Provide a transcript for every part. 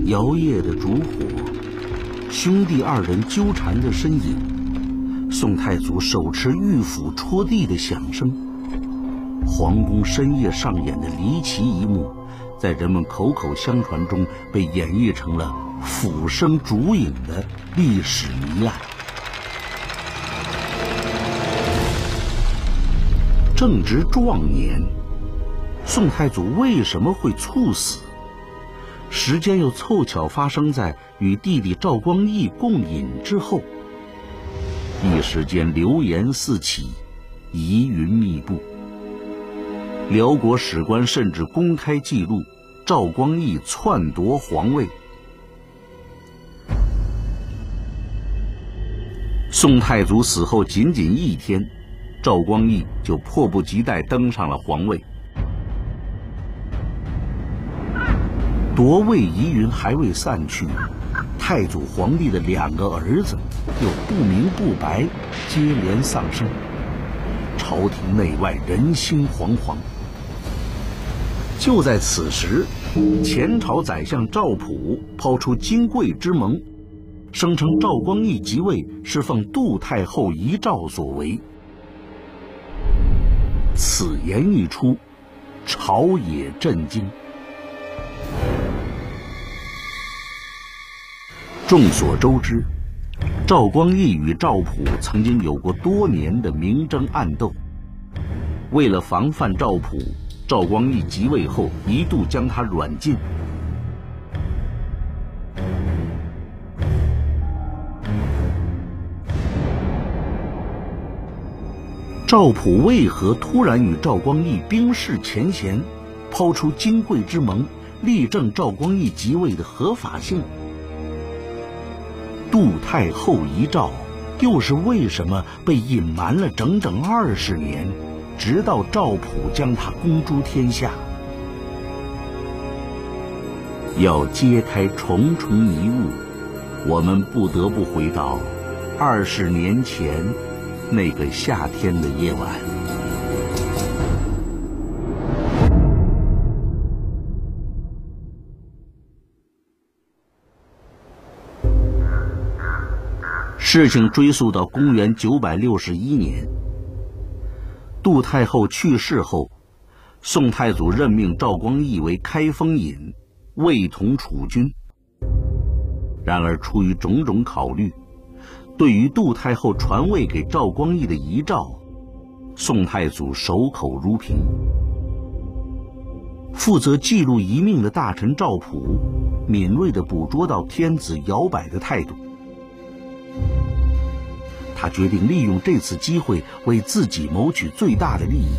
摇曳的烛火，兄弟二人纠缠的身影，宋太祖手持玉斧戳地的响声，皇宫深夜上演的离奇一幕，在人们口口相传中被演绎成了斧声烛影的历史谜案。正值壮年，宋太祖为什么会猝死？时间又凑巧发生在与弟弟赵光义共饮之后，一时间流言四起，疑云密布。辽国史官甚至公开记录赵光义篡夺皇位。宋太祖死后仅仅一天，赵光义就迫不及待登上了皇位。夺位疑云还未散去，太祖皇帝的2个儿子又不明不白接连丧生，朝廷内外人心惶惶。就在此时，前朝宰相赵普抛出金贵之盟，声称赵光义即位是奉杜太后遗诏所为。此言一出，朝野震惊。众所周知，赵光义与赵普曾经有过多年的明争暗斗。为了防范赵普，赵光义即位后一度将他软禁。赵普为何突然与赵光义冰释前嫌，抛出金贵之盟，力证赵光义即位的合法性？杜太后遗诏又是为什么被隐瞒了整整20年，直到赵普将它公诸天下？要揭开重重迷雾，我们不得不回到20年前那个夏天的夜晚。事情追溯到公元961年，杜太后去世后，宋太祖任命赵光义为开封尹，卫统储君。然而出于种种考虑，对于杜太后传位给赵光义的遗诏，宋太祖守口如瓶。负责记录遗命的大臣赵普敏锐地捕捉到天子摇摆的态度，他决定利用这次机会为自己谋取最大的利益。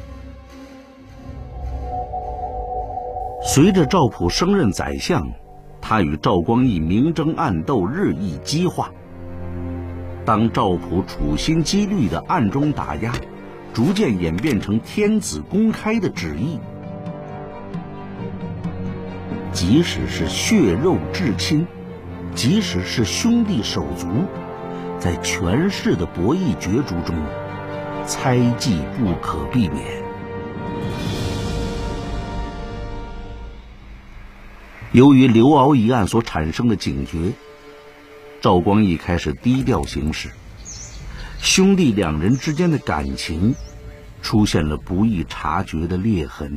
随着赵普升任宰相，他与赵光义明争暗斗日益激化。当赵普处心积虑的暗中打压，逐渐演变成天子公开的旨意，即使是血肉至亲，即使是兄弟手足，在权势的博弈角逐中，猜忌不可避免。由于刘骜一案所产生的警觉，赵光义开始低调行事，兄弟2人之间的感情出现了不易察觉的裂痕。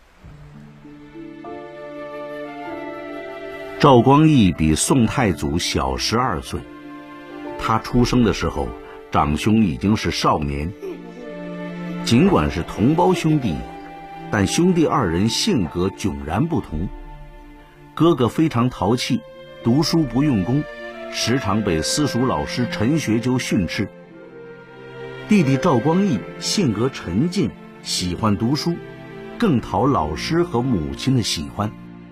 赵光义比宋太祖小12岁，他出生的时候，长兄已经是少年。尽管是同胞兄弟，但兄弟2人性格迥然不同。哥哥非常淘气，读书不用功，时常被私塾老师陈学究训斥。弟弟赵光义性格沉静，喜欢读书，更讨老师和母亲的喜欢。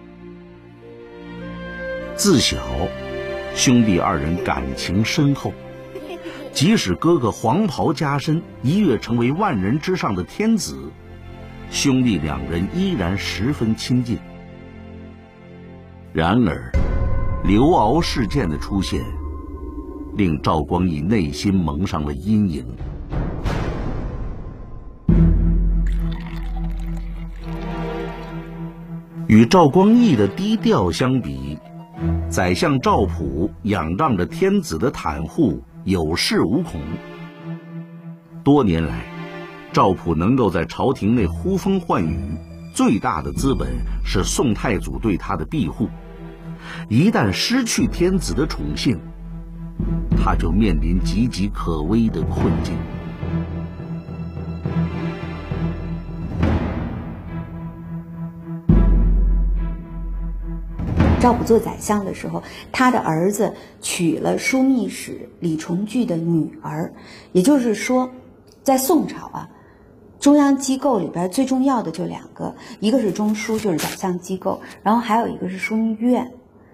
自小，兄弟2人感情深厚，即使哥哥黄袍加身，一跃成为万人之上的天子，兄弟2人依然十分亲近。然而，刘骜事件的出现，令赵光义内心蒙上了阴影。与赵光义的低调相比， 宰相赵普仰仗着天子的袒护，有恃无恐。多年来，赵普能够在朝廷内呼风唤雨，最大的资本是宋太祖对他的庇护。一旦失去天子的宠幸，他就面临岌岌可危的困境。 赵普做宰相的时候，他的儿子娶了枢密使李重聚的女儿，也就是说，在宋朝啊，中央机构里边最重要的就两个，一个是中枢，就是宰相机构，然后还有一个是枢密院，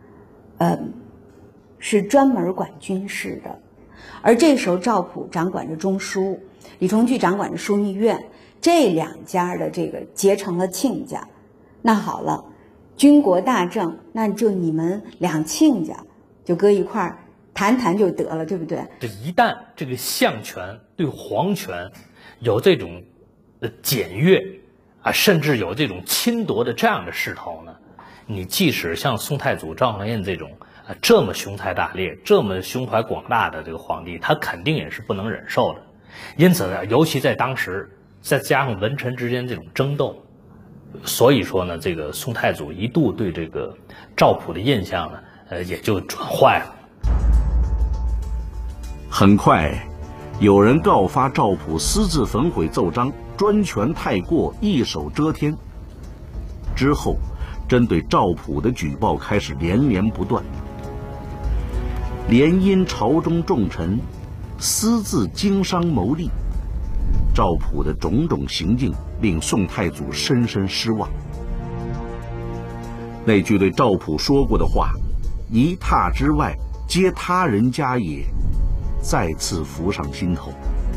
是专门管军事的。而这时候赵普掌管着中枢，李重聚掌管着枢密院，这两家的这个结成了亲家。那好了，军国大政，那就你们两亲家就搁一块儿谈谈就得了，对不对？ 这一旦这个相权对皇权有这种检阅啊，甚至有这种侵夺的这样的势头呢，你即使像宋太祖赵匡胤这种这么雄才大略、这么胸怀广大的这个皇帝，他肯定也是不能忍受的。因此呢，尤其在当时，再加上文臣之间这种争斗，所以说呢，这个宋太祖一度对这个赵普的印象呢，也就转坏了。 很快，有人告发赵普私自焚毁奏章，专权太过，一手遮天。之后，针对赵普的举报开始连连不断。连因朝中重臣私自经商谋利，赵普的种种行径令宋太祖深深失望。那句对赵普说过的话“一榻之外，皆他人家也”，再次浮上心头。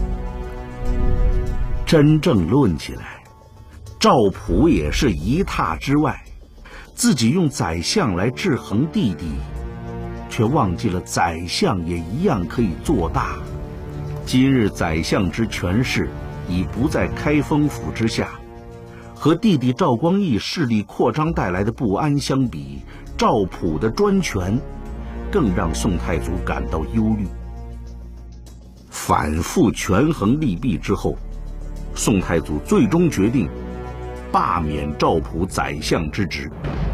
真正论起来，赵普也是一榻之外，自己用宰相来制衡弟弟，却忘记了宰相也一样可以做大。今日宰相之权势已不在开封府之下，和弟弟赵光义势力扩张带来的不安相比，赵普的专权更让宋太祖感到忧虑。反复权衡利弊之后，宋太祖最终决定罢免赵普宰相之职。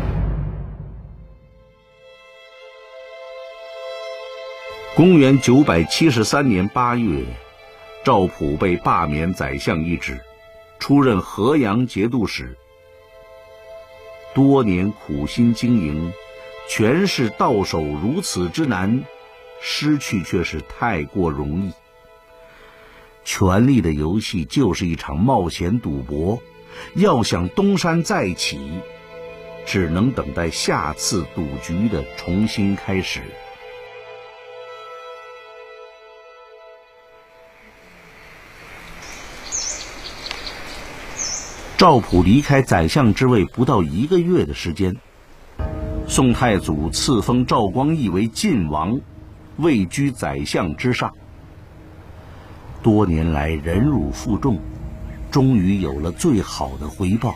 公元973年8月，赵普被罢免宰相一职，出任河阳节度使。多年苦心经营，权势到手如此之难，失去却是太过容易。权力的游戏就是一场冒险赌博，要想东山再起，只能等待下次赌局的重新开始。赵普离开宰相之位不到1个月的时间，宋太祖赐封赵光义为晋王，位居宰相之上。多年来忍辱负重，终于有了最好的回报。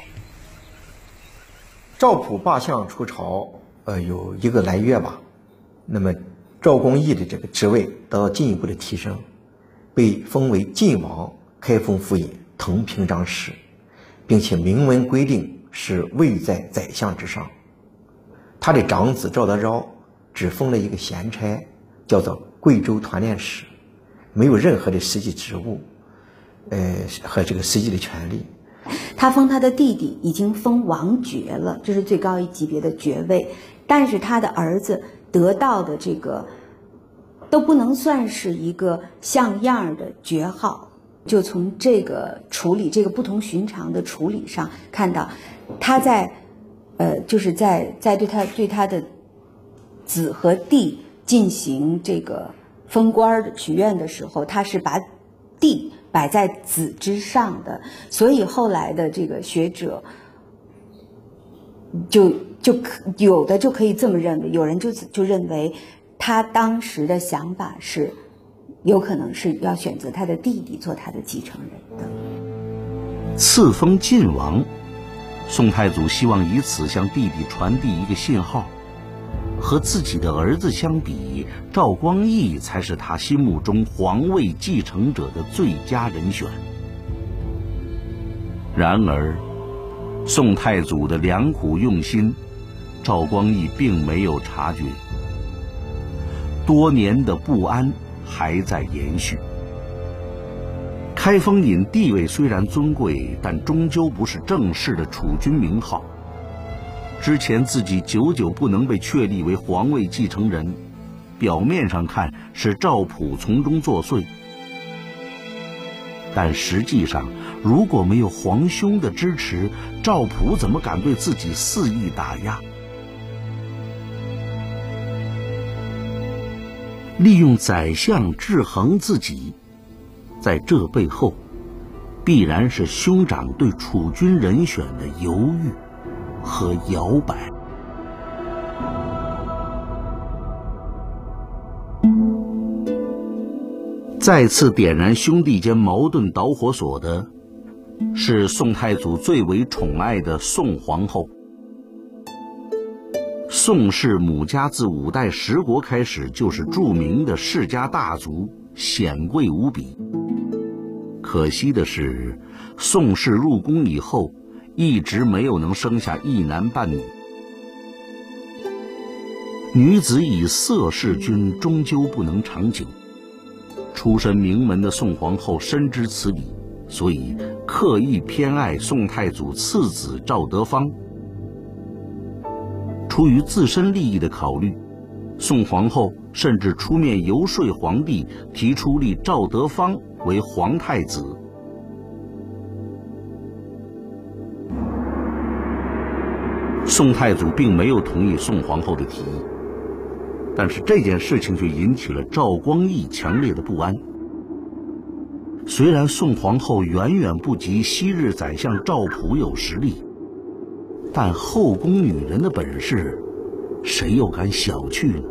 赵普罢相出朝，有1个来月吧，那么赵光义的这个职位得到进一步的提升，被封为晋王、开封府尹、腾平章事，并且明文规定是位在宰相之上。他的长子赵德昭只封了一个闲差，叫做贵州团练使，没有任何的实际职务，和这个实际的权利。 他封他的弟弟已经封王爵了，这是最高一级别的爵位，但是他的儿子得到的这个都不能算是一个像样的爵号。就从这个处理，这个不同寻常的处理上看到，他在就是在对他的子和弟进行这个封官的许愿的时候，他是把弟摆在子之上的，所以后来的这个学者就有的就可以这么认为，有人就认为他当时的想法是有可能是要选择他的弟弟做他的继承人的。 赐封晋王，宋太祖希望以此向弟弟传递一个信号： 和自己的儿子相比，赵光义才是他心目中皇位继承者的最佳人选。然而，宋太祖的良苦用心，赵光义并没有察觉。多年的不安还在延续。开封尹地位虽然尊贵，但终究不是正式的储君名号。之前自己久久不能被确立为皇位继承人，表面上看是赵普从中作祟，但实际上如果没有皇兄的支持，赵普怎么敢对自己肆意打压？利用宰相制衡自己，在这背后必然是兄长对储君人选的犹豫和摇摆。再次点燃兄弟间矛盾导火索的是宋太祖最为宠爱的宋皇后。宋氏母家自5代10国开始就是著名的世家大族，显贵无比。可惜的是，宋氏入宫以后一直没有能生下一男半女。女子以色侍君，终究不能长久。出身名门的宋皇后深知此理，所以刻意偏爱宋太祖次子赵德芳。出于自身利益的考虑，宋皇后甚至出面游说皇帝，提出立赵德芳为皇太子。宋太祖并没有同意宋皇后的提议，但是这件事情却引起了赵光义强烈的不安。虽然宋皇后远远不及昔日宰相赵普有实力，但后宫女人的本事，谁又敢小觑呢？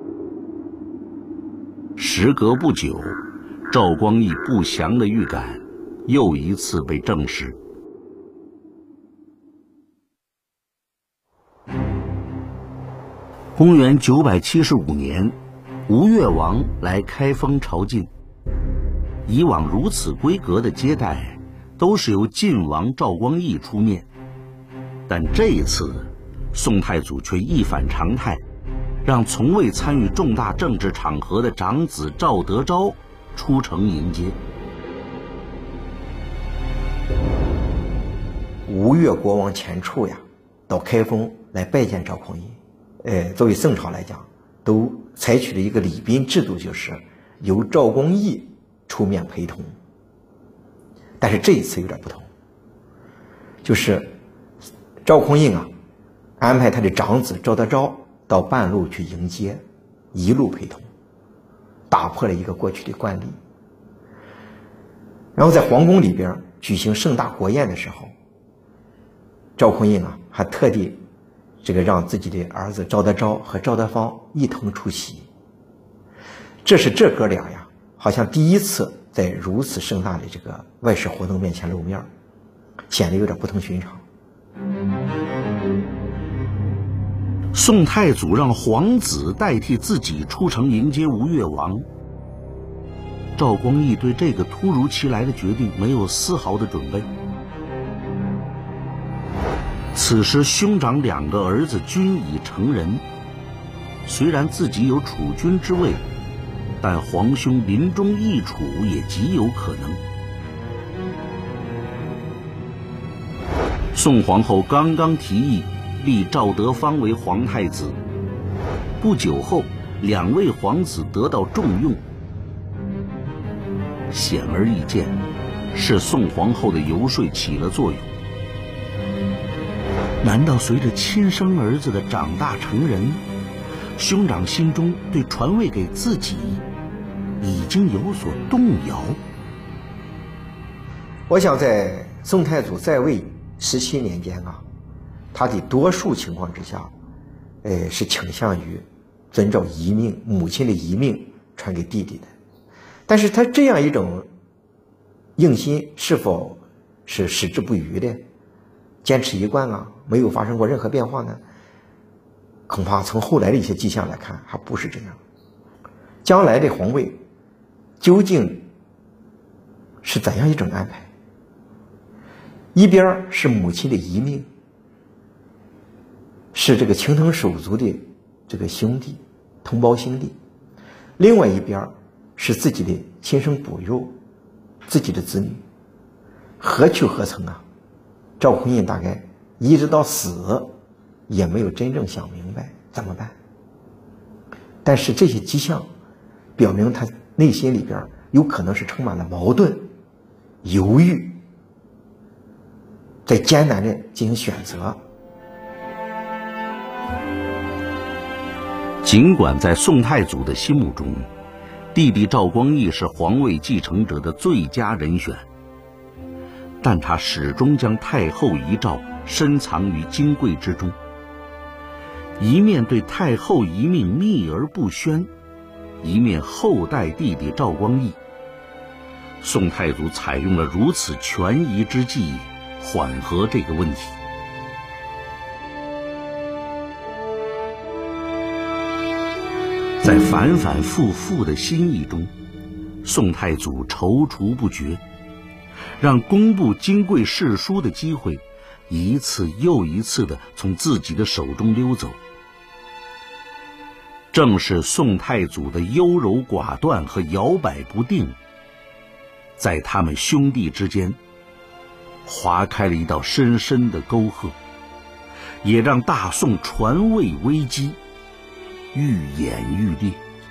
时隔不久，赵光义不祥的预感又一次被证实。公元975年，吴越王来开封朝觐。以往如此规格的接待，都是由晋王赵光义出面，但这一次，宋太祖却一反常态，让从未参与重大政治场合的长子赵德昭出城迎接。 吴越国王钱俶呀，到开封来拜见赵匡胤。作为宋朝来讲，都采取了一个礼宾制度，就是由赵光义出面陪同。但是这一次有点不同，就是赵匡胤啊，安排他的长子赵德昭到半路去迎接，一路陪同，打破了一个过去的惯例。然后在皇宫里边举行盛大国宴的时候，赵匡胤啊还特地让自己的儿子赵德昭和赵德芳一同出席。这是这哥俩呀，好像第一次在如此盛大的外事活动面前露面，显得有点不同寻常。 宋太祖让皇子代替自己出城迎接吴越王。赵光义对这个突如其来的决定没有丝毫的准备。此时兄长2个儿子均已成人，虽然自己有储君之位，但皇兄临终易储也极有可能。宋皇后刚刚提议立赵德芳为皇太子，不久后2位皇子得到重用。显而易见，是宋皇后的游说起了作用。难道随着亲生儿子的长大成人，兄长心中对传位给自己已经有所动摇？ 我想在宋太祖在位17年间啊，他的多数情况之下，是倾向于遵照遗命，母亲的遗命传给弟弟的。但是他这样一种硬心是否是矢志不渝的坚持一贯啊，没有发生过任何变化呢？ 恐怕从后来的一些迹象来看，还不是这样。将来的皇位究竟是怎样一种安排？一边是母亲的遗命，是这个青藤手足的这个兄弟，同胞兄弟；另外一边是自己的亲生骨肉，自己的子女，何去何从啊？赵匡胤大概一直到死也没有真正想明白怎么办。但是这些迹象表明他内心里边有可能是充满了矛盾、犹豫，在艰难的进行选择。 尽管在宋太祖的心目中，弟弟赵光义是皇位继承者的最佳人选，但他始终将太后遗诏深藏于金柜之中，一面对太后遗命秘而不宣，一面厚待弟弟赵光义。宋太祖采用了如此权宜之计，缓和这个问题。在反反复复的心意中，宋太祖踌躇不决，让公布金柜誓书的机会一次又一次地从自己的手中溜走。正是宋太祖的优柔寡断和摇摆不定，在他们兄弟之间划开了一道深深的沟壑，也让大宋传位危机愈演愈烈。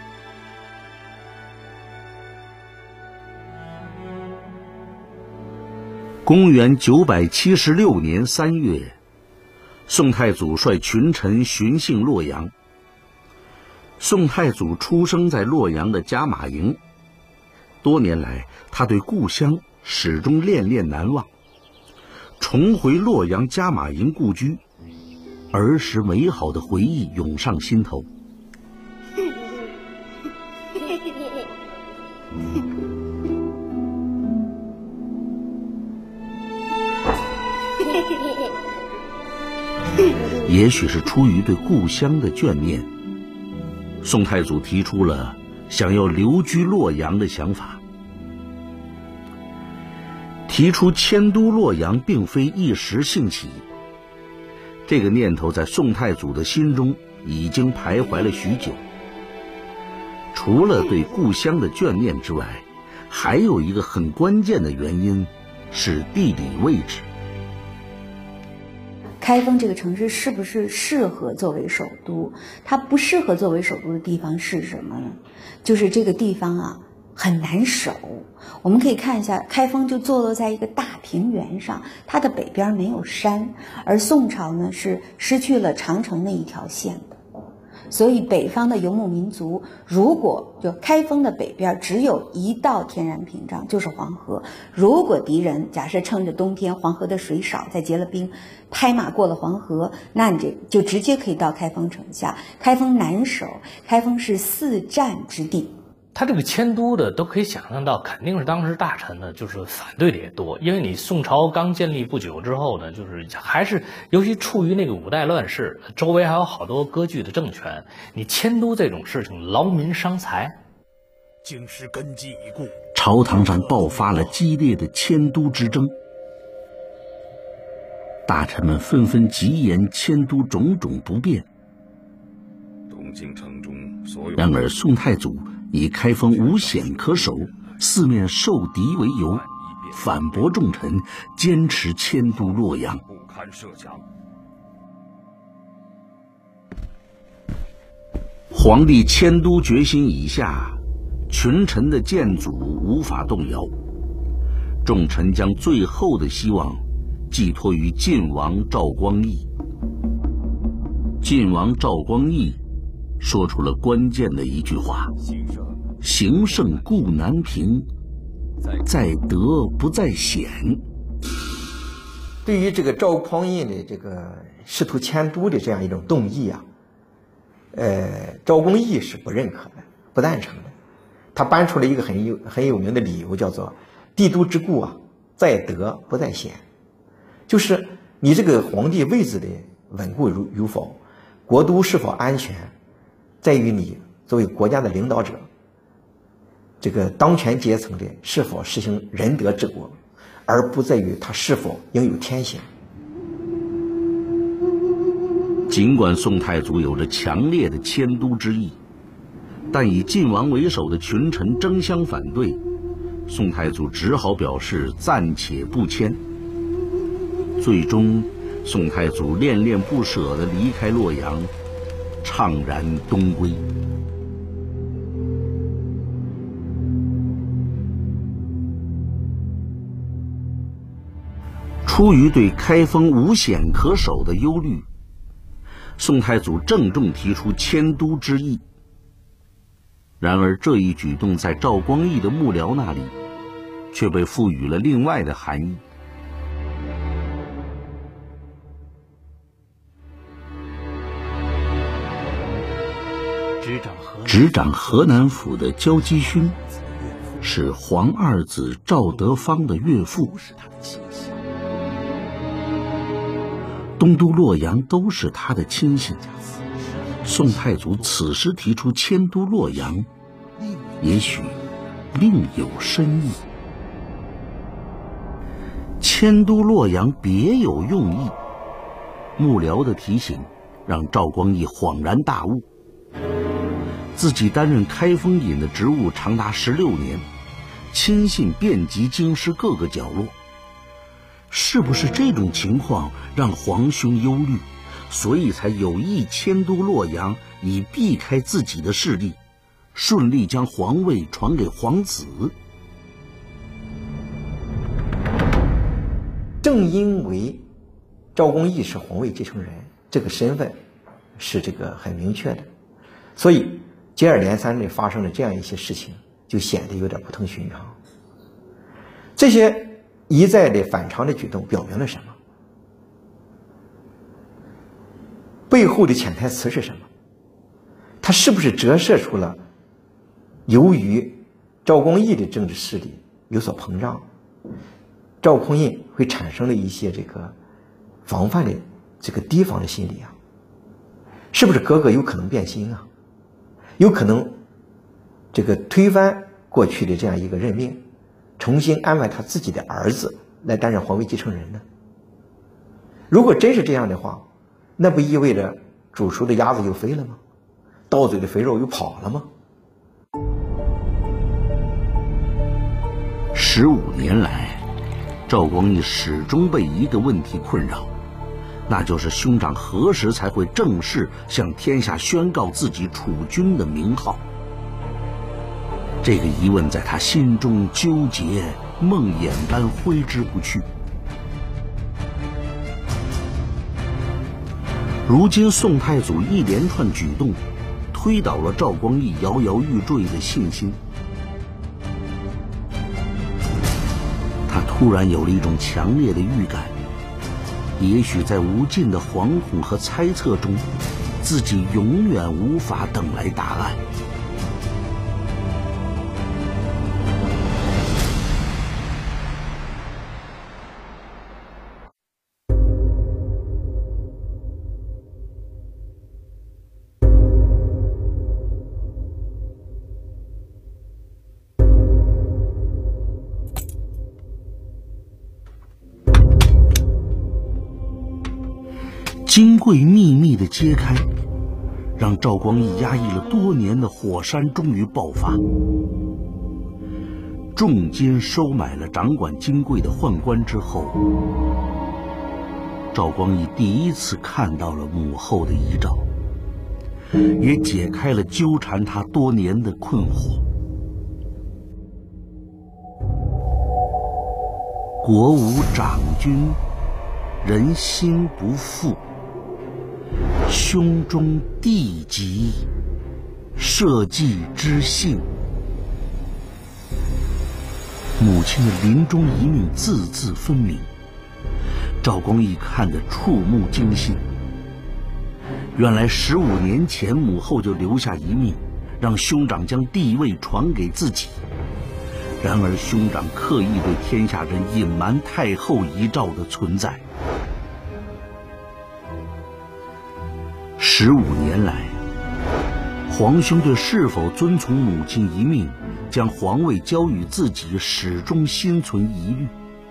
公元976年3月，宋太祖率群臣巡幸洛阳。宋太祖出生在洛阳的加马营，多年来他对故乡始终恋恋难忘。重回洛阳加马营故居，儿时美好的回忆涌上心头。也许是出于对故乡的眷念，宋太祖提出了想要留居洛阳的想法。提出迁都洛阳并非一时兴起，这个念头在宋太祖的心中已经徘徊了许久。除了对故乡的眷念之外，还有一个很关键的原因是地理位置。 开封这个城市是不是适合作为首都？它不适合作为首都的地方是什么呢？就是这个地方啊很难守。我们可以看一下，开封就坐落在一个大平原上，它的北边没有山，而宋朝呢是失去了长城那一条线的。所以北方的游牧民族，如果就开封的北边只有一道天然屏障，就是黄河。如果敌人假设趁着冬天黄河的水少，再结了冰，拍马过了黄河，那你这就直接可以到开封城下。开封难守，开封是四战之地。 他这个迁都的都可以想象到，肯定是当时大臣呢就是反对的也多，因为你宋朝刚建立不久之后呢，就是还是尤其处于那个五代乱世，周围还有好多割据的政权，你迁都这种事情劳民伤财。 经师根基已固， 朝堂上爆发了激烈的迁都之争，大臣们纷纷极言迁都种种不便。 东京城中所有， 然而宋太祖以开封无险可守，四面受敌为由，反驳重臣，坚持迁都洛阳。 不堪设想。 皇帝迁都决心已下，群臣的建祖无法动摇，众臣将最后的希望寄托于晋王赵光义。晋王赵光义说出了关键的一句话：行胜固难平，在德不在险。 对于这个赵匡胤的这个试图迁都的这样一种动议啊，赵光义是不认可的，不赞成的。他搬出了一个很有名的理由，叫做帝都之固啊，在德不在险。就是你这个皇帝位置的稳固与否， 国都是否安全，在于你作为国家的领导者，这个当权阶层的是否实行仁德治国，而不在于他是否拥有天性。 尽管宋太祖有着强烈的迁都之意，但以晋王为首的群臣争相反对，宋太祖只好表示暂且不迁。最终，宋太祖恋恋不舍地离开洛阳，怅然东归。出于对开封无险可守的忧虑，宋太祖郑重提出迁都之意。然而这一举动在赵光义的幕僚那里却被赋予了另外的含义。执掌河南府的焦基勋是皇二子赵德芳的岳父，东都洛阳都是他的亲信。宋太祖此时提出迁都洛阳，也许另有深意。迁都洛阳别有用意，幕僚的提醒让赵光义恍然大悟。自己担任开封尹的职务长达16年，亲信遍及京师各个角落，是不是这种情况让皇兄忧虑，所以才有意迁都洛阳，以避开自己的势力，顺利将皇位传给皇子？ 正因为赵光义是皇位继承人，这个身份是这个很明确的，所以接二连三的发生了这样一些事情，就显得有点不同寻常。这些一再的反常的举动表明了什么？背后的潜台词是什么？它是不是折射出了由于赵光义的政治势力有所膨胀，赵匡胤会产生了一些这个防范的这个提防的心理啊？是不是哥哥有可能变心啊？有可能这个推翻过去的这样一个任命，重新安排他自己的儿子来担任皇位继承人呢？如果真是这样的话，那不意味着煮熟的鸭子又飞了吗？到嘴的肥肉又跑了吗 ？15年来，赵光义始终被一个问题困扰，那就是兄长何时才会正式向天下宣告自己储君的名号？这个疑问在他心中纠结，梦魇般挥之不去。如今宋太祖一连串举动，推倒了赵光义摇摇欲坠的信心。他突然有了一种强烈的预感，也许在无尽的惶恐和猜测中，自己永远无法等来答案。金柜秘密的揭开，让赵光义压抑了多年的火山终于爆发。重金收买了掌管金柜的宦官之后，赵光义第一次看到了母后的遗照，也解开了纠缠他多年的困惑。国无长君，人心不复。胸中地疾，社稷之幸。母亲的临终遗命字字分明，赵光义看得触目惊心。原来15年前，母后就留下遗命，让兄长将帝位传给自己。然而兄长刻意对天下人隐瞒太后遗诏的存在。 15年来，皇兄对是否遵从母亲遗命，将皇位交予自己，始终心存疑虑。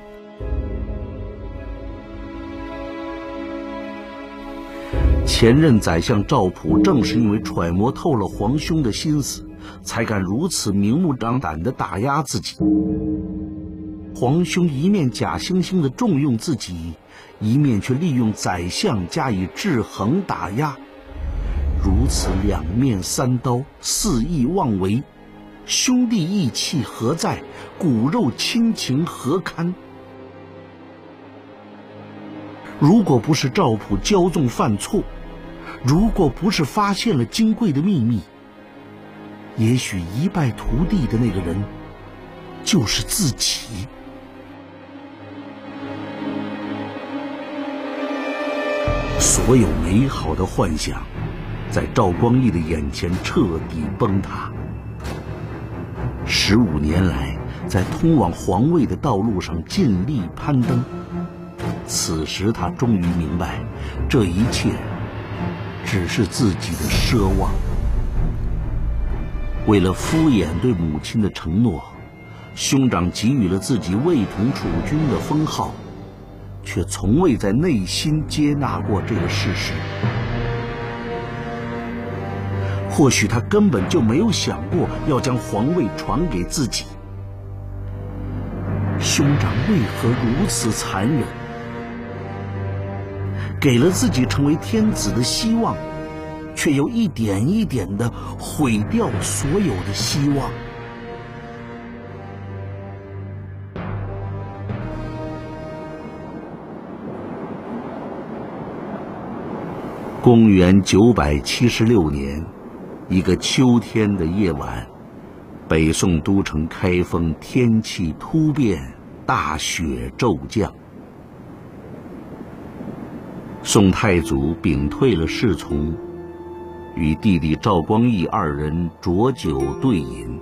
前任宰相赵普正是因为揣摩透了皇兄的心思，才敢如此明目张胆地打压自己。皇兄一面假惺惺地重用自己，一面却利用宰相加以制衡打压，如此两面三刀，肆意妄为，兄弟义气何在？骨肉亲情何堪？如果不是赵普骄纵犯错，如果不是发现了金贵的秘密，也许一败涂地的那个人就是自己。所有美好的幻想在赵光义的眼前彻底崩塌。15年来，在通往皇位的道路上尽力攀登，此时他终于明白，这一切只是自己的奢望。为了敷衍对母亲的承诺，兄长给予了自己卫统储君的封号，却从未在内心接纳过这个事实。或许他根本就没有想过要将皇位传给自己。兄长为何如此残忍？给了自己成为天子的希望，却又一点一点地毁掉所有的希望。公元976年，一个秋天的夜晚，北宋都城开封天气突变，大雪骤降。宋太祖屏退了侍从，与弟弟赵光义二人酌酒对饮，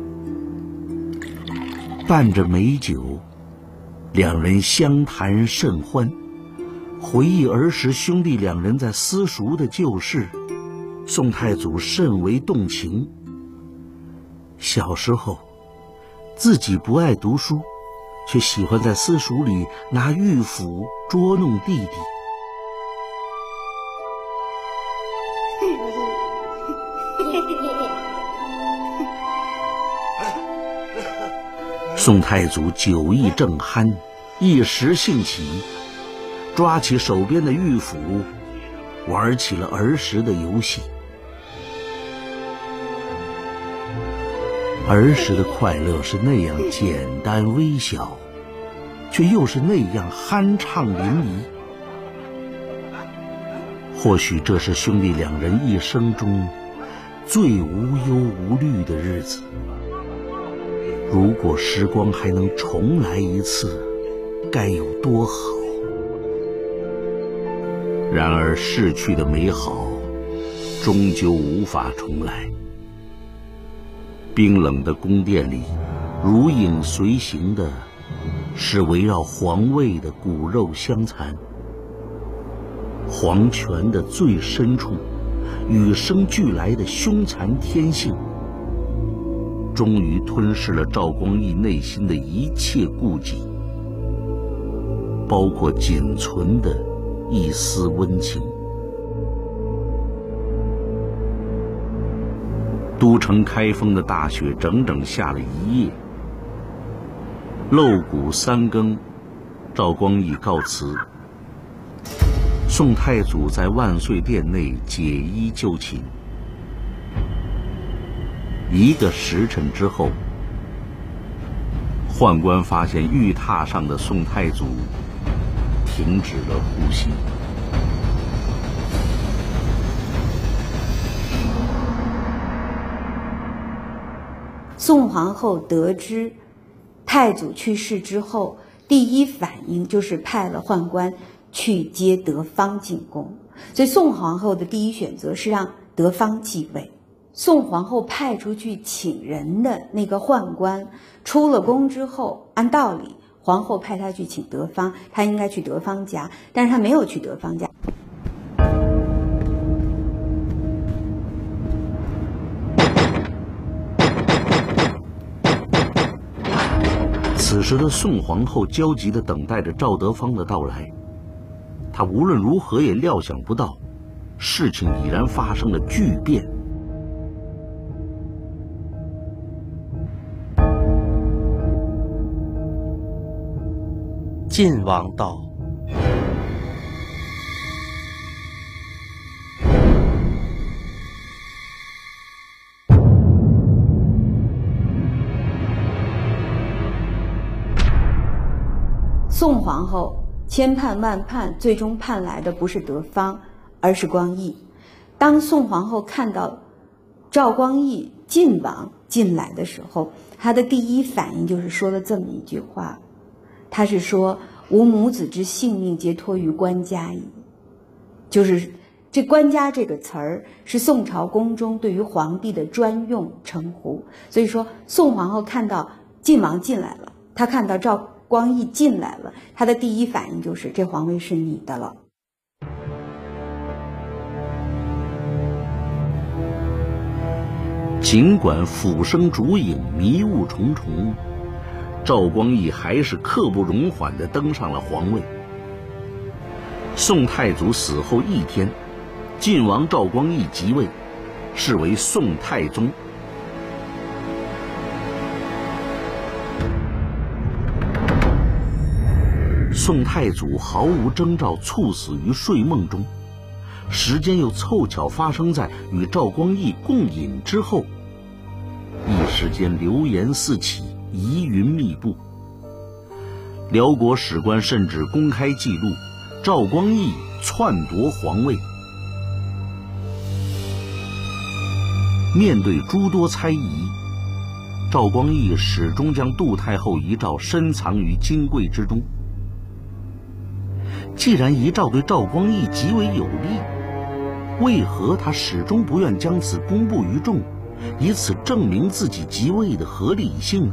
伴着美酒，两人相谈甚欢，回忆儿时兄弟两人在私塾的旧事。宋太祖甚为动情。小时候，自己不爱读书，却喜欢在私塾里拿玉斧捉弄弟弟。宋太祖酒意正酣，一时兴起，抓起手边的玉斧，玩起了儿时的游戏。儿时的快乐是那样简单微小，却又是那样酣畅淋漓。或许这是兄弟两人一生中最无忧无虑的日子。如果时光还能重来一次，该有多好。然而逝去的美好终究无法重来。冰冷的宫殿里，如影随形的是围绕皇位的骨肉相残。皇权的最深处，与生俱来的凶残天性，终于吞噬了赵光义内心的一切顾忌，包括仅存的一丝温情。都城开封的大雪整整下了一夜。漏谷3更，赵光义告辞。宋太祖在万岁殿内解衣就寝。1个时辰之后，宦官发现玉榻上的宋太祖停止了呼吸。 宋皇后得知太祖去世之后，第一反应就是派了宦官去接德芳进宫。所以宋皇后的第一选择是让德芳继位。宋皇后派出去请人的那个宦官出了宫之后，按道理皇后派他去请德芳，他应该去德芳家，但是他没有去德芳家。 此时的宋皇后焦急地等待着赵德芳的到来，她无论如何也料想不到，事情已然发生了巨变。 晋王道： 宋皇后千盼万盼，最终盼来的不是德芳，而是光义。当宋皇后看到赵光义晋王进来的时候，她的第一反应就是说了这么一句话，她是说：“吾母子之性命皆托于官家矣。”就是这官家这个词儿是宋朝宫中对于皇帝的专用称呼。所以说宋皇后看到晋王进来了，她看到赵光义进来了，她的第一反应就是这皇位是你的了。 尽管俯生烛影，迷雾重重，赵光义还是刻不容缓地登上了皇位。宋太祖死后1天，晋王赵光义即位，是为宋太宗。宋太祖毫无征兆猝死于睡梦中，时间又凑巧发生在与赵光义共饮之后，一时间流言四起，疑云密布。辽国史官甚至公开记录赵光义篡夺皇位。面对诸多猜疑，赵光义始终将杜太后遗诏深藏于金柜之中。既然遗诏对赵光义极为有利，为何他始终不愿将此公布于众，以此证明自己即位的合理性呢？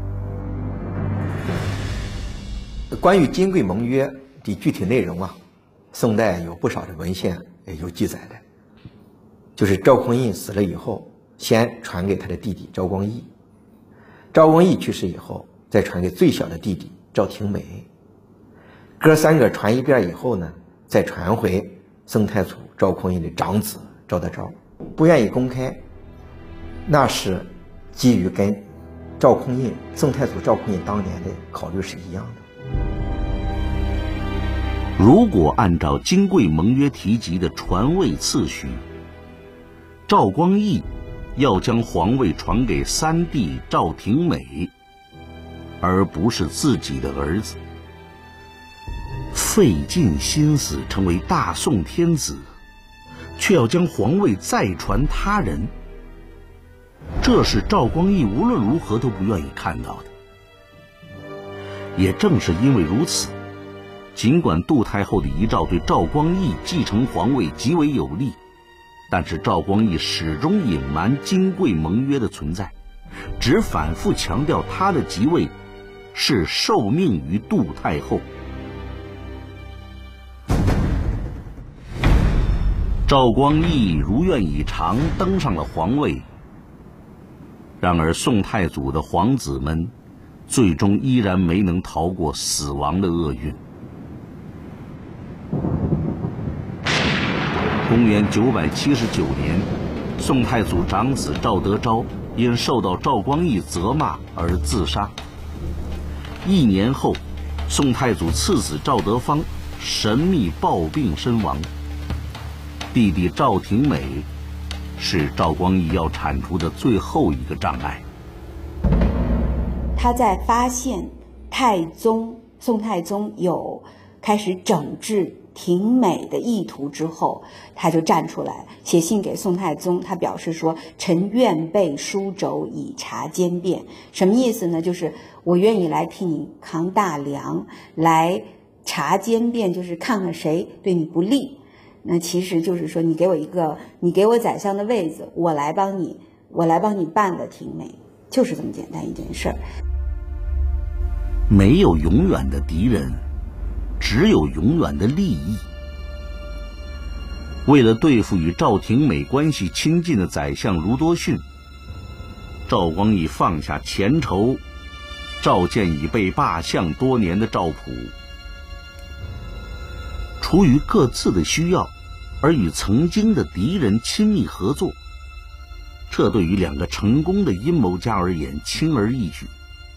关于金柜盟约的具体内容啊，宋代有不少的文献有记载的，就是赵匡胤死了以后，先传给他的弟弟赵光义，赵光义去世以后，再传给最小的弟弟赵廷美，哥三个传一遍以后呢，再传回宋太祖赵匡胤的长子赵德昭。不愿意公开，那是基于跟宋太祖赵匡胤当年的考虑是一样的。 如果按照金柜盟约提及的传位次序，赵光义要将皇位传给三弟赵廷美，而不是自己的儿子，费尽心思成为大宋天子，却要将皇位再传他人，这是赵光义无论如何都不愿意看到的。也正是因为如此，尽管杜太后的遗诏对赵光义继承皇位极为有利，但是赵光义始终隐瞒金柜盟约的存在，只反复强调他的即位是受命于杜太后。赵光义如愿以偿登上了皇位，然而宋太祖的皇子们最终依然没能逃过死亡的厄运。公元979年，宋太祖长子赵德昭因受到赵光义责骂而自杀。1年后，宋太祖次子赵德芳神秘暴病身亡。弟弟赵廷美是赵光义要铲除的最后一个障碍。 他在发现宋太宗有开始整治廷美的意图之后，他就站出来写信给宋太宗，他表示说：“臣愿备书轴以察奸变。”什么意思呢？就是我愿意来替你扛大梁，来察奸变，就是看看谁对你不利。那其实就是说，你给我宰相的位子，我来帮你办了廷美，就是这么简单一件事儿。 没有永远的敌人，只有永远的利益。为了对付与赵廷美关系亲近的宰相卢多逊，赵光义放下前仇， 召见已被罢相多年的赵普。出于各自的需要而与曾经的敌人亲密合作，这对于两个成功的阴谋家而言轻而易举。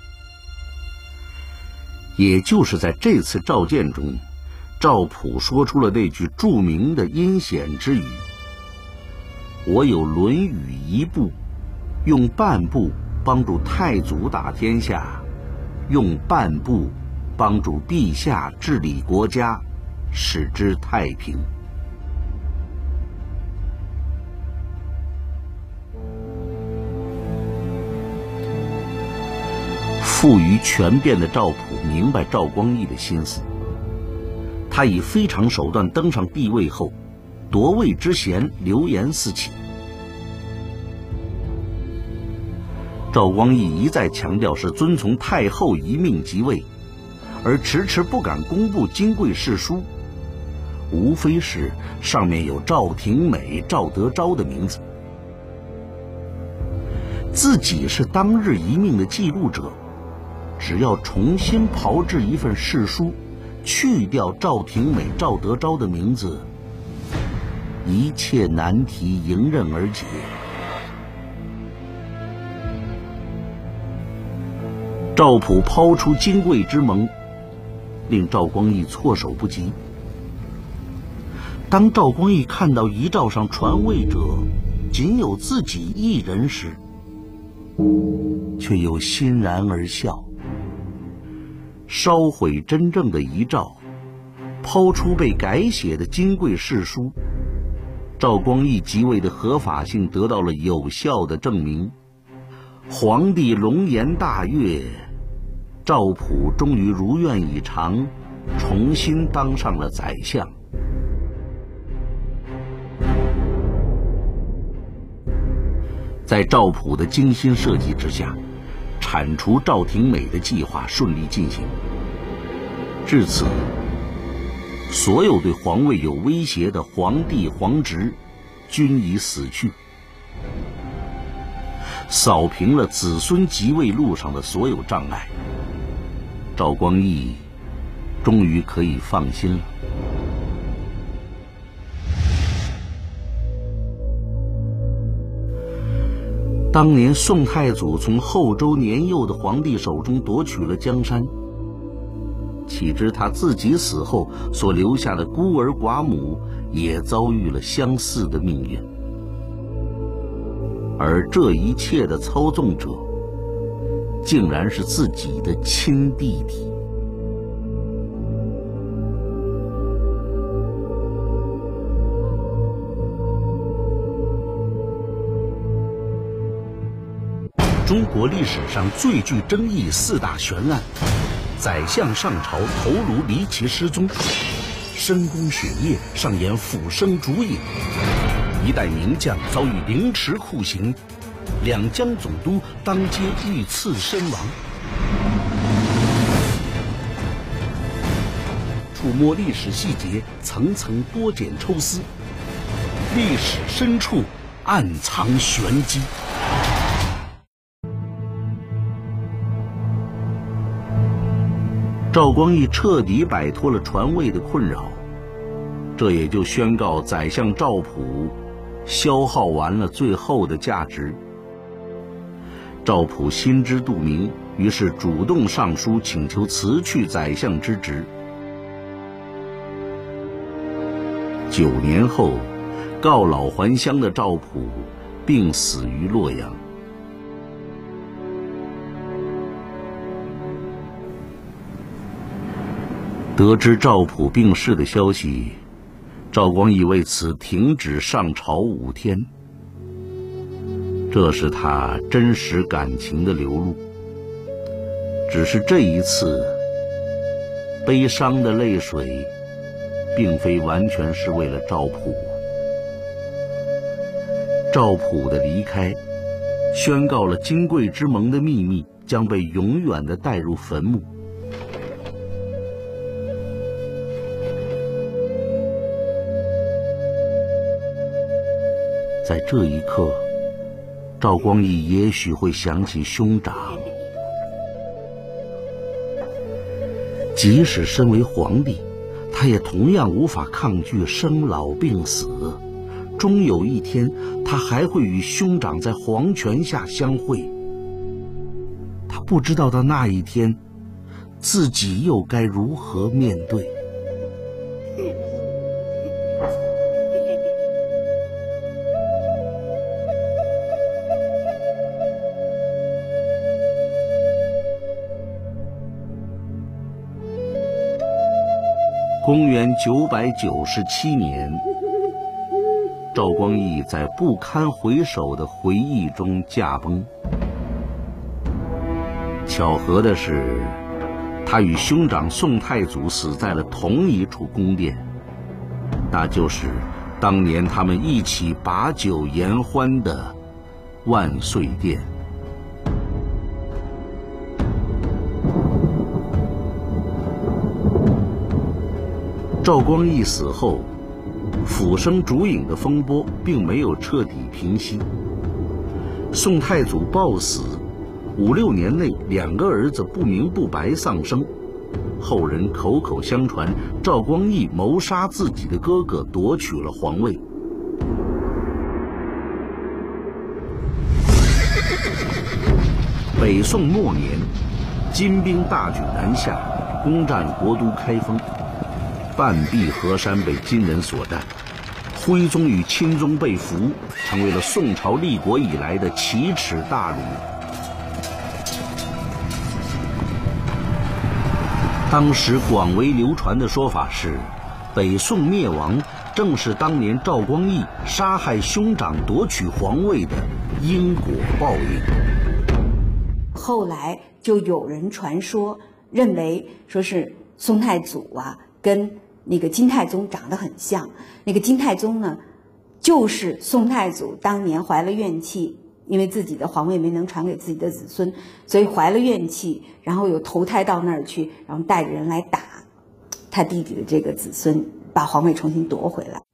也就是在这次召见中，赵普说出了那句著名的阴险之语：我有《论语》一部，用半部帮助太祖打天下，用半部帮助陛下治理国家，使之太平。富于权变的赵普明白赵光义的心思，他以非常手段登上帝位后，夺位之嫌流言四起。赵光义一再强调是遵从太后遗命即位，而迟迟不敢公布金贵世书，无非是上面有赵廷美、赵德昭的名字。自己是当日遗命的记录者，只要重新炮制一份世书，去掉赵廷美、赵德昭的名字，一切难题迎刃而解。赵普抛出金贵之盟，令赵光义措手不及。当赵光义看到遗诏上传位者仅有自己一人时，却又欣然而笑。烧毁真正的遗诏，抛出被改写的金贵世书，赵光义即位的合法性得到了有效的证明。皇帝龙颜大悦，赵普终于如愿以偿，重新当上了宰相。在赵普的精心设计之下，铲除赵廷美的计划顺利进行。至此，所有对皇位有威胁的皇帝皇侄均已死去，扫平了子孙即位路上的所有障碍。赵光义终于可以放心了。当年宋太祖从后周年幼的皇帝手中夺取了江山，岂知他自己死后所留下的孤儿寡母也遭遇了相似的命运。而这一切的操纵者，竟然是自己的亲弟弟。中国历史上最具争议四大悬案：宰相上朝头颅离奇失踪，深宫雪夜上演俯身主饮，一代名将遭遇凌迟酷刑，两江总督当街遇刺身亡。触摸历史细节，层层剥茧抽丝，历史深处暗藏玄机。赵光义彻底摆脱了传位的困扰，这也就宣告宰相赵普消耗完了最后的价值。赵普心知肚明，于是主动上书请求辞去宰相之职。9年后，告老还乡的赵普病死于洛阳。得知赵普病逝的消息，赵光义为此停止上朝5天。这是他真实感情的流露。只是这一次，悲伤的泪水并非完全是为了赵普。赵普的离开，宣告了金贵之盟的秘密将被永远地带入坟墓。在这一刻，赵光义也许会想起兄长， 即使身为皇帝，他也同样无法抗拒生老病死。终有一天，他还会与兄长在皇权下相会。他不知道到那一天，自己又该如何面对。公元997年，赵光义在不堪回首的回忆中驾崩。巧合的是，他与兄长宋太祖死在了同一处宫殿，那就是当年他们一起把酒言欢的万岁殿。赵光义死后，辅生烛影的风波并没有彻底平息。宋太祖暴死，5、6年内2个儿子不明不白丧生，后人口口相传赵光义谋杀自己的哥哥，夺取了皇位。北宋末年，金兵大举南下，攻占国都开封。半壁河山被金人所占，徽宗与钦宗被俘，成为了宋朝立国以来的奇耻大辱。当时广为流传的说法是，北宋灭亡正是当年赵光义杀害兄长夺取皇位的因果报应。 后来就有人传说，认为说是宋太祖啊跟那个金太宗长得很像，那个金太宗呢，就是宋太祖当年怀了怨气，因为自己的皇位没能传给自己的子孙，所以怀了怨气，然后又投胎到那儿去，然后带着人来打他弟弟的这个子孙，把皇位重新夺回来。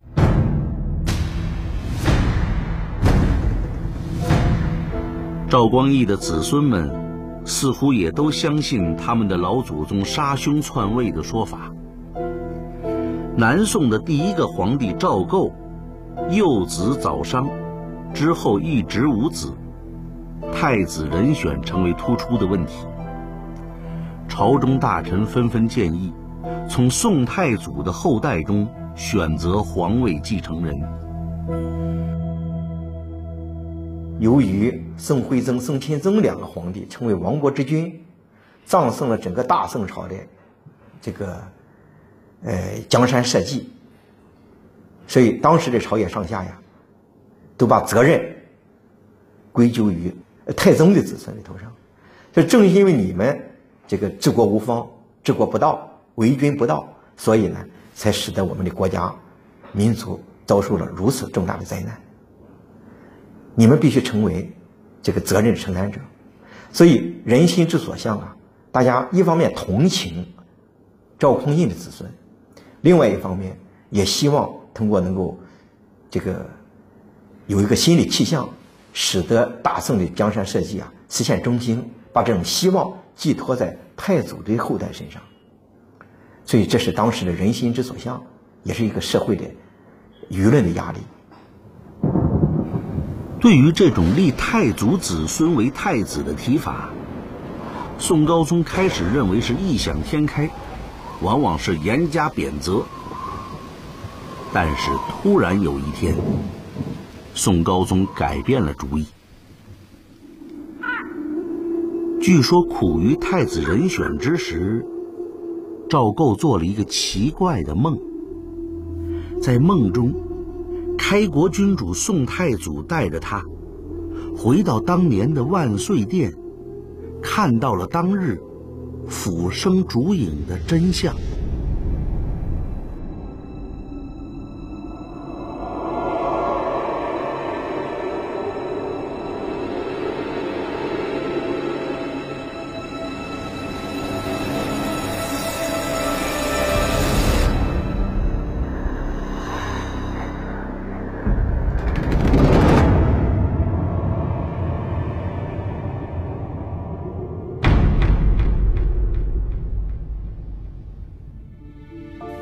赵光义的子孙们似乎也都相信他们的老祖宗杀兄篡位的说法。南宋的第一个皇帝赵构，幼子早伤，之后一直无子，太子人选成为突出的问题。朝中大臣纷纷建议，从宋太祖的后代中选择皇位继承人。 由于宋徽宗、宋钦宗2个皇帝成为亡国之君，葬送了整个大宋朝的这个江山社稷，所以当时的朝野上下呀，都把责任归咎于太宗的子孙的头上。所以正因为你们这个治国无方、治国不道、为君不道，所以呢，才使得我们的国家、民族遭受了如此重大的灾难。你们必须成为这个责任承担者。所以人心之所向啊，大家一方面同情赵匡胤的子孙，另外一方面也希望通过能够这个有一个心理气象，使得大宋的江山社稷啊实现中兴，把这种希望寄托在太祖的后代身上。所以这是当时的人心之所向，也是一个社会的舆论的压力。 对于这种立太祖子孙为太子的提法，宋高宗开始认为是异想天开，往往是严加贬责。但是突然有一天，宋高宗改变了主意。据说苦于太子人选之时，赵构做了一个奇怪的梦。在梦中，开国君主宋太祖带着他回到当年的万岁殿，看到了当日俯生烛影的真相。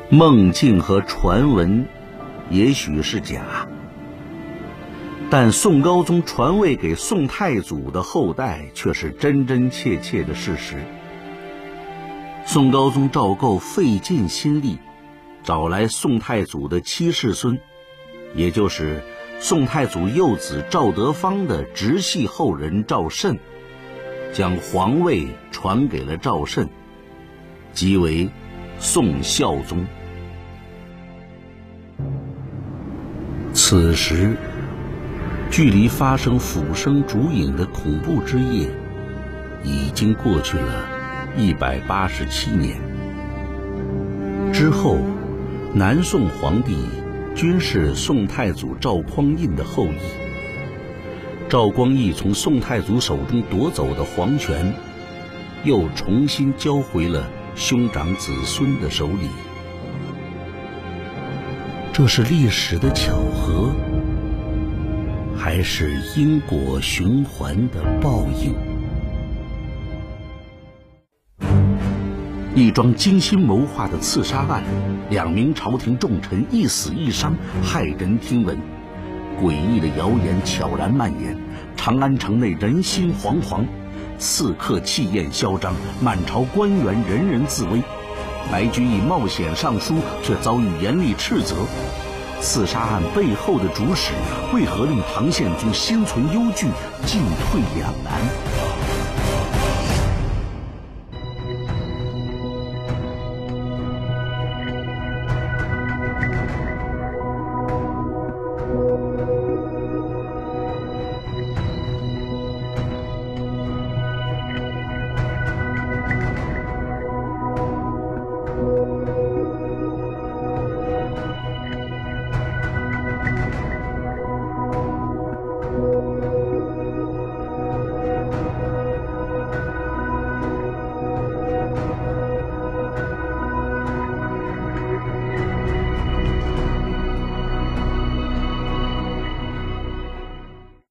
梦境和传闻也许是假，但宋高宗传位给宋太祖的后代却是真真切切的事实。宋高宗赵构费尽心力，找来宋太祖的七世孙，也就是宋太祖幼子赵德芳的直系后人赵慎，将皇位传给了赵慎，即为宋孝宗。此时距离发生釜生烛影的恐怖之夜已经过去了187年。之后，南宋皇帝均是宋太祖赵匡胤的后裔。赵光义从宋太祖手中夺走的皇权，又重新交回了兄长子孙的手里。这是历史的巧合，还是因果循环的报应？一桩精心谋划的刺杀案，2名朝廷重臣一死一伤，骇人听闻。诡异的谣言悄然蔓延，长安城内人心惶惶，刺客气焰嚣张，满朝官员人人自危。白居易冒险上书，却遭遇严厉斥责。刺杀案背后的主使，为何令唐宪宗心存忧惧，进退两难？